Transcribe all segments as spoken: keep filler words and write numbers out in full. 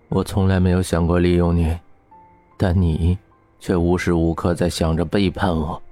我从来没有想过利用你，但你却无时无刻在想着背叛我。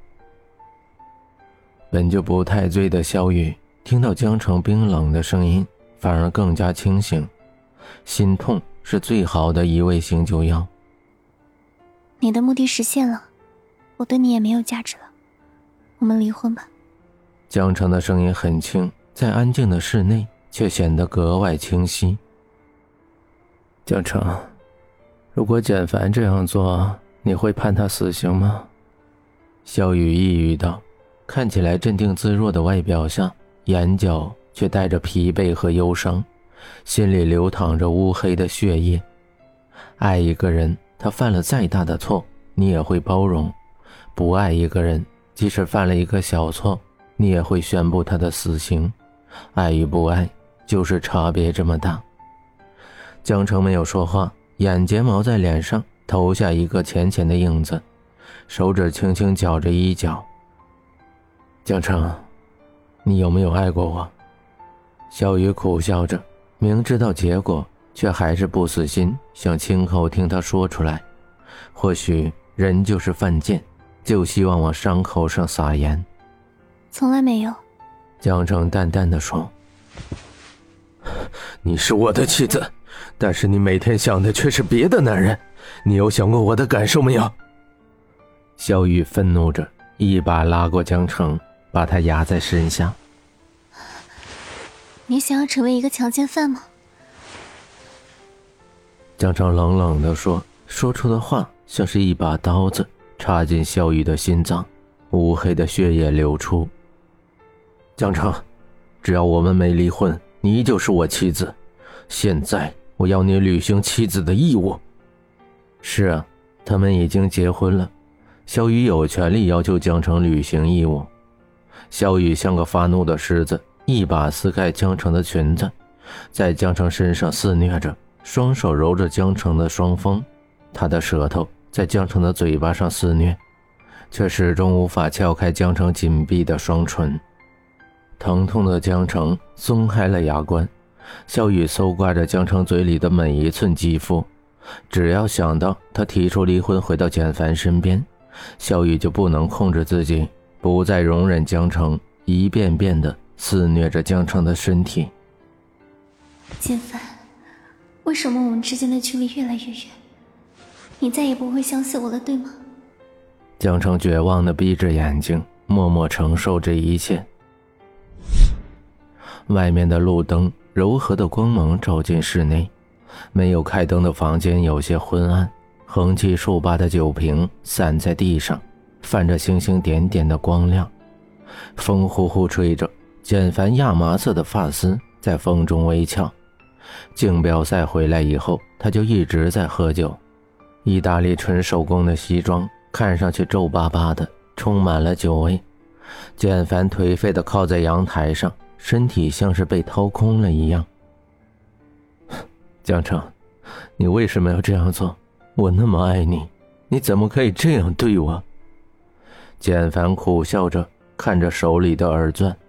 本就不太醉的萧雨听到江城冰冷的声音，反而更加清醒。心痛是最好的一味醒酒药。 你的目的实现了，我对你也没有价值了，我们离婚吧。 江城的声音很轻，在安静的室内却显得格外清晰。江城，如果简凡这样做，你会判他死刑吗？萧雨抑郁道，看起来镇定自若的外表下，眼角却带着疲惫和忧伤，心里流淌着乌黑的血液。爱一个人，他犯了再大的错，你也会包容；不爱一个人，即使犯了一个小错，你也会宣布他的死刑。爱与不爱，就是差别这么大。江城没有说话，眼睫毛在脸上投下一个浅浅的影子，手指轻轻绞着衣角。江城，你有没有爱过我？小雨苦笑着，明知道结果，却还是不死心，想亲口听他说出来。或许人就是犯贱，就希望往伤口上撒盐。 从来没有。 江城淡淡地说，你是我的妻子，但是你每天想的却是别的男人，你有想过我的感受没有？萧雨愤怒着，一把拉过江城，把他压在身下。 你想要成为一个强奸犯吗？ 江城冷冷地说，说出的话像是一把刀子插进萧雨的心脏，乌黑的血液流出。江城，只要我们没离婚，你依旧是我妻子。现在我要你履行妻子的义务。是啊，他们已经结婚了，萧雨有权利要求江城履行义务。萧雨像个发怒的狮子，一把撕开江城的裙子，在江城身上肆虐着，双手揉着江城的双峰，他的舌头在江城的嘴巴上肆虐，却始终无法撬开江城紧闭的双唇。疼痛的江城松开了牙关，萧雨搜刮着江城嘴里的每一寸肌肤，只要想到他提出离婚回到简凡身边，萧雨就不能控制自己，不再容忍江城一遍遍地肆虐着江城的身体。 简凡，为什么我们之间的距离越来越远？你再也不会相信我了，对吗？ 江城绝望地闭着眼睛，默默承受这一切。外面的路灯柔和的光芒照进室内，没有开灯的房间有些昏暗，横七竖八的酒瓶散在地上，泛着星星点点的光亮。风呼呼吹着，简凡亚麻色的发丝在风中微翘。竞标赛回来以后，他就一直在喝酒。意大利纯手工的西装看上去皱巴巴的，充满了酒味。简凡颓废地靠在阳台上，身体像是被掏空了一样。江城，你为什么要这样做？我那么爱你，你怎么可以这样对我？简凡苦笑着看着手里的耳钻。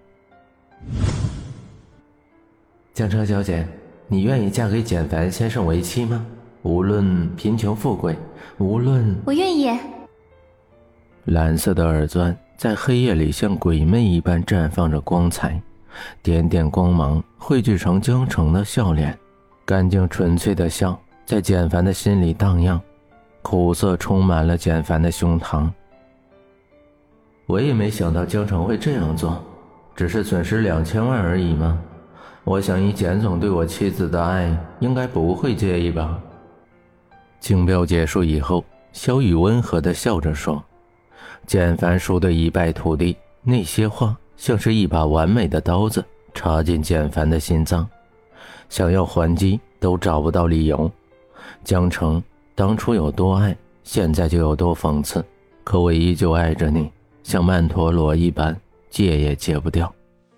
江城小姐，你愿意嫁给简凡先生为妻吗？无论贫穷富贵，无论…… 我愿意。 蓝色的耳钻在黑夜里像鬼魅一般绽放着光彩，点点光芒汇聚成江城的笑脸，干净纯粹的笑在简凡的心里荡漾，苦涩充满了简凡的胸膛。我也没想到江城会这样做，只是损失两千万而已嘛。我想以简总对我妻子的爱，应该不会介意吧。竞标结束以后，萧雨温和地笑着说，简凡输得一败涂地，那些话像是一把完美的刀子插进简凡的心脏，想要还击都找不到理由。江城当初有多爱，现在就有多讽刺，可我依旧爱着你，像曼陀罗一般，戒也戒不掉。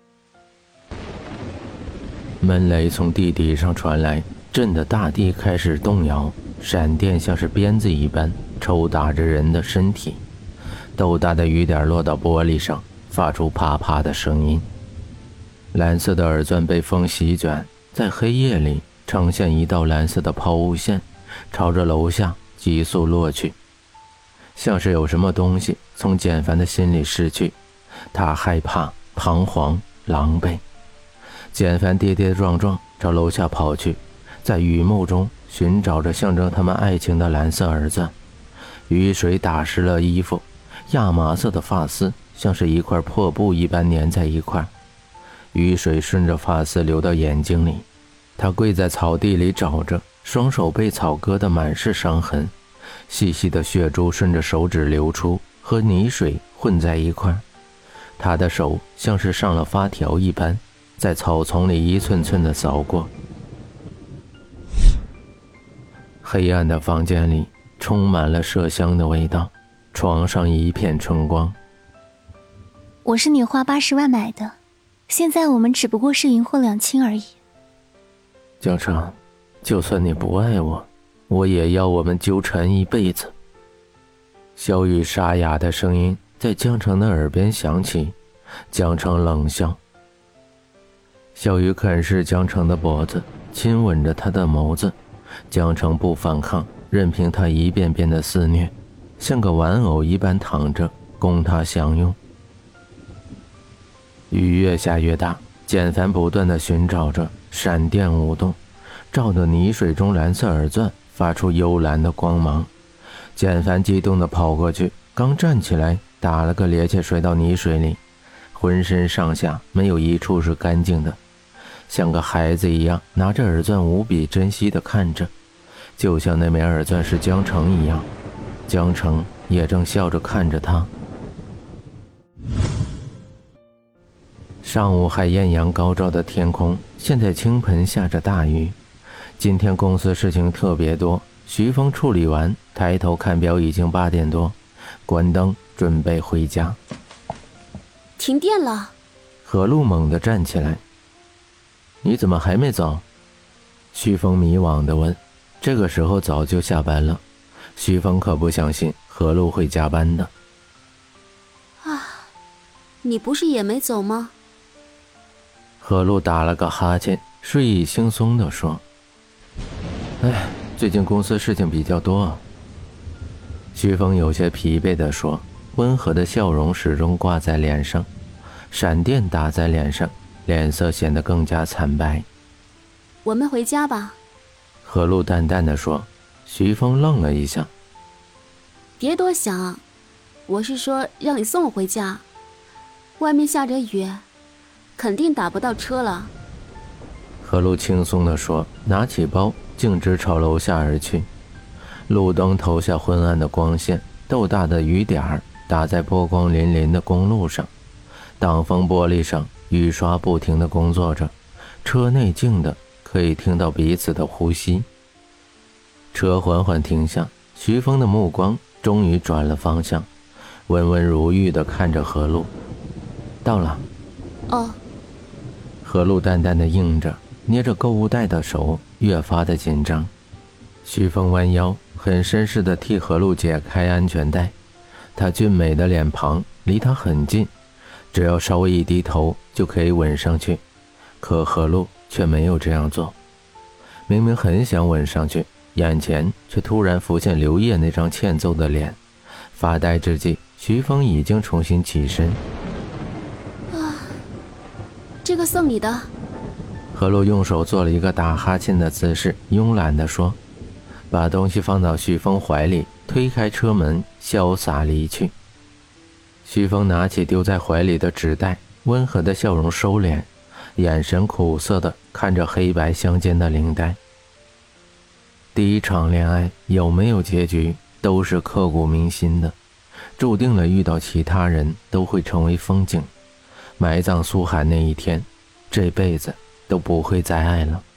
闷雷从地底上传来，震得大地开始动摇，闪电像是鞭子一般抽打着人的身体，豆大的雨点落到玻璃上，发出啪啪的声音。蓝色的耳钻被风席卷，在黑夜里呈现一道蓝色的抛物线，朝着楼下急速落去。像是有什么东西从简凡的心里逝去，他害怕、彷徨、狼狈。简凡跌跌撞撞朝楼下跑去，在雨幕中寻找着象征他们爱情的蓝色耳钻。雨水打湿了衣服，亚麻色的发丝像是一块破布一般粘在一块，雨水顺着发丝流到眼睛里。他跪在草地里找着，双手被草割得满是伤痕，细细的血珠顺着手指流出，和泥水混在一块。他的手像是上了发条一般，在草丛里一寸寸地扫过。黑暗的房间里充满了麝香的味道，床上一片春光。 我是你花八十万买的，现在我们只不过是银货两清而已。 江城，就算你不爱我，我也要我们纠缠一辈子。小雨沙哑的声音在江城的耳边响起，江城冷笑。小雨啃噬江城的脖子，亲吻着他的眸子。江城不反抗，任凭他一遍遍的肆虐，像个玩偶一般躺着，供他享用。雨越下越大，简凡不断地寻找着，闪电舞动，照得泥水中蓝色耳钻发出幽蓝的光芒。简凡激动地跑过去，刚站起来，打了个趔趄摔到泥水里，浑身上下没有一处是干净的，像个孩子一样拿着耳钻无比珍惜地看着，就像那枚耳钻是江城一样，江城也正笑着看着他。上午还艳阳高照的天空，现在倾盆下着大雨。今天公司事情特别多，徐峰处理完，抬头看表已经八点多，关灯准备回家。 停电了！ 何璐猛地站起来。你怎么还没走？徐峰迷惘地问。这个时候早就下班了，徐峰可不相信何璐会加班的。 啊，你不是也没走吗？ 何璐打了个哈欠，睡意惺忪地说：哎，最近公司事情比较多。徐峰有些疲惫地说，温和的笑容始终挂在脸上，闪电打在脸上，脸色显得更加惨白。 我们回家吧。 何璐淡淡地说。徐峰愣了一下。 别多想，我是说让你送我回家，外面下着雨，肯定打不到车了。 何璐轻松地说，拿起包径直朝楼下而去。路灯投下昏暗的光线，豆大的雨点儿打在波光粼粼的公路上，挡风玻璃上雨刷不停地工作着，车内静的可以听到彼此的呼吸。车缓缓停下，徐峰的目光终于转了方向，温文如玉地看着何璐。到了。 哦。 何璐淡淡地应着，捏着购物袋的手越发的紧张。徐峰弯腰，很绅士地替何璐解开安全带。他俊美的脸庞离他很近，只要稍微一低头就可以吻上去，可何璐却没有这样做。明明很想吻上去，眼前却突然浮现刘烨那张欠揍的脸。发呆之际，徐峰已经重新起身。 啊，这个送你的。 何璐用手做了一个打哈欠的姿势，慵懒地说，把东西放到徐峰怀里，推开车门，潇洒离去。徐峰拿起丢在怀里的纸袋，温和的笑容收敛，眼神苦涩地看着黑白相间的领带。第一场恋爱有没有结局都是刻骨铭心的，注定了遇到其他人都会成为风景。埋葬苏寒那一天，这辈子都不会再爱了。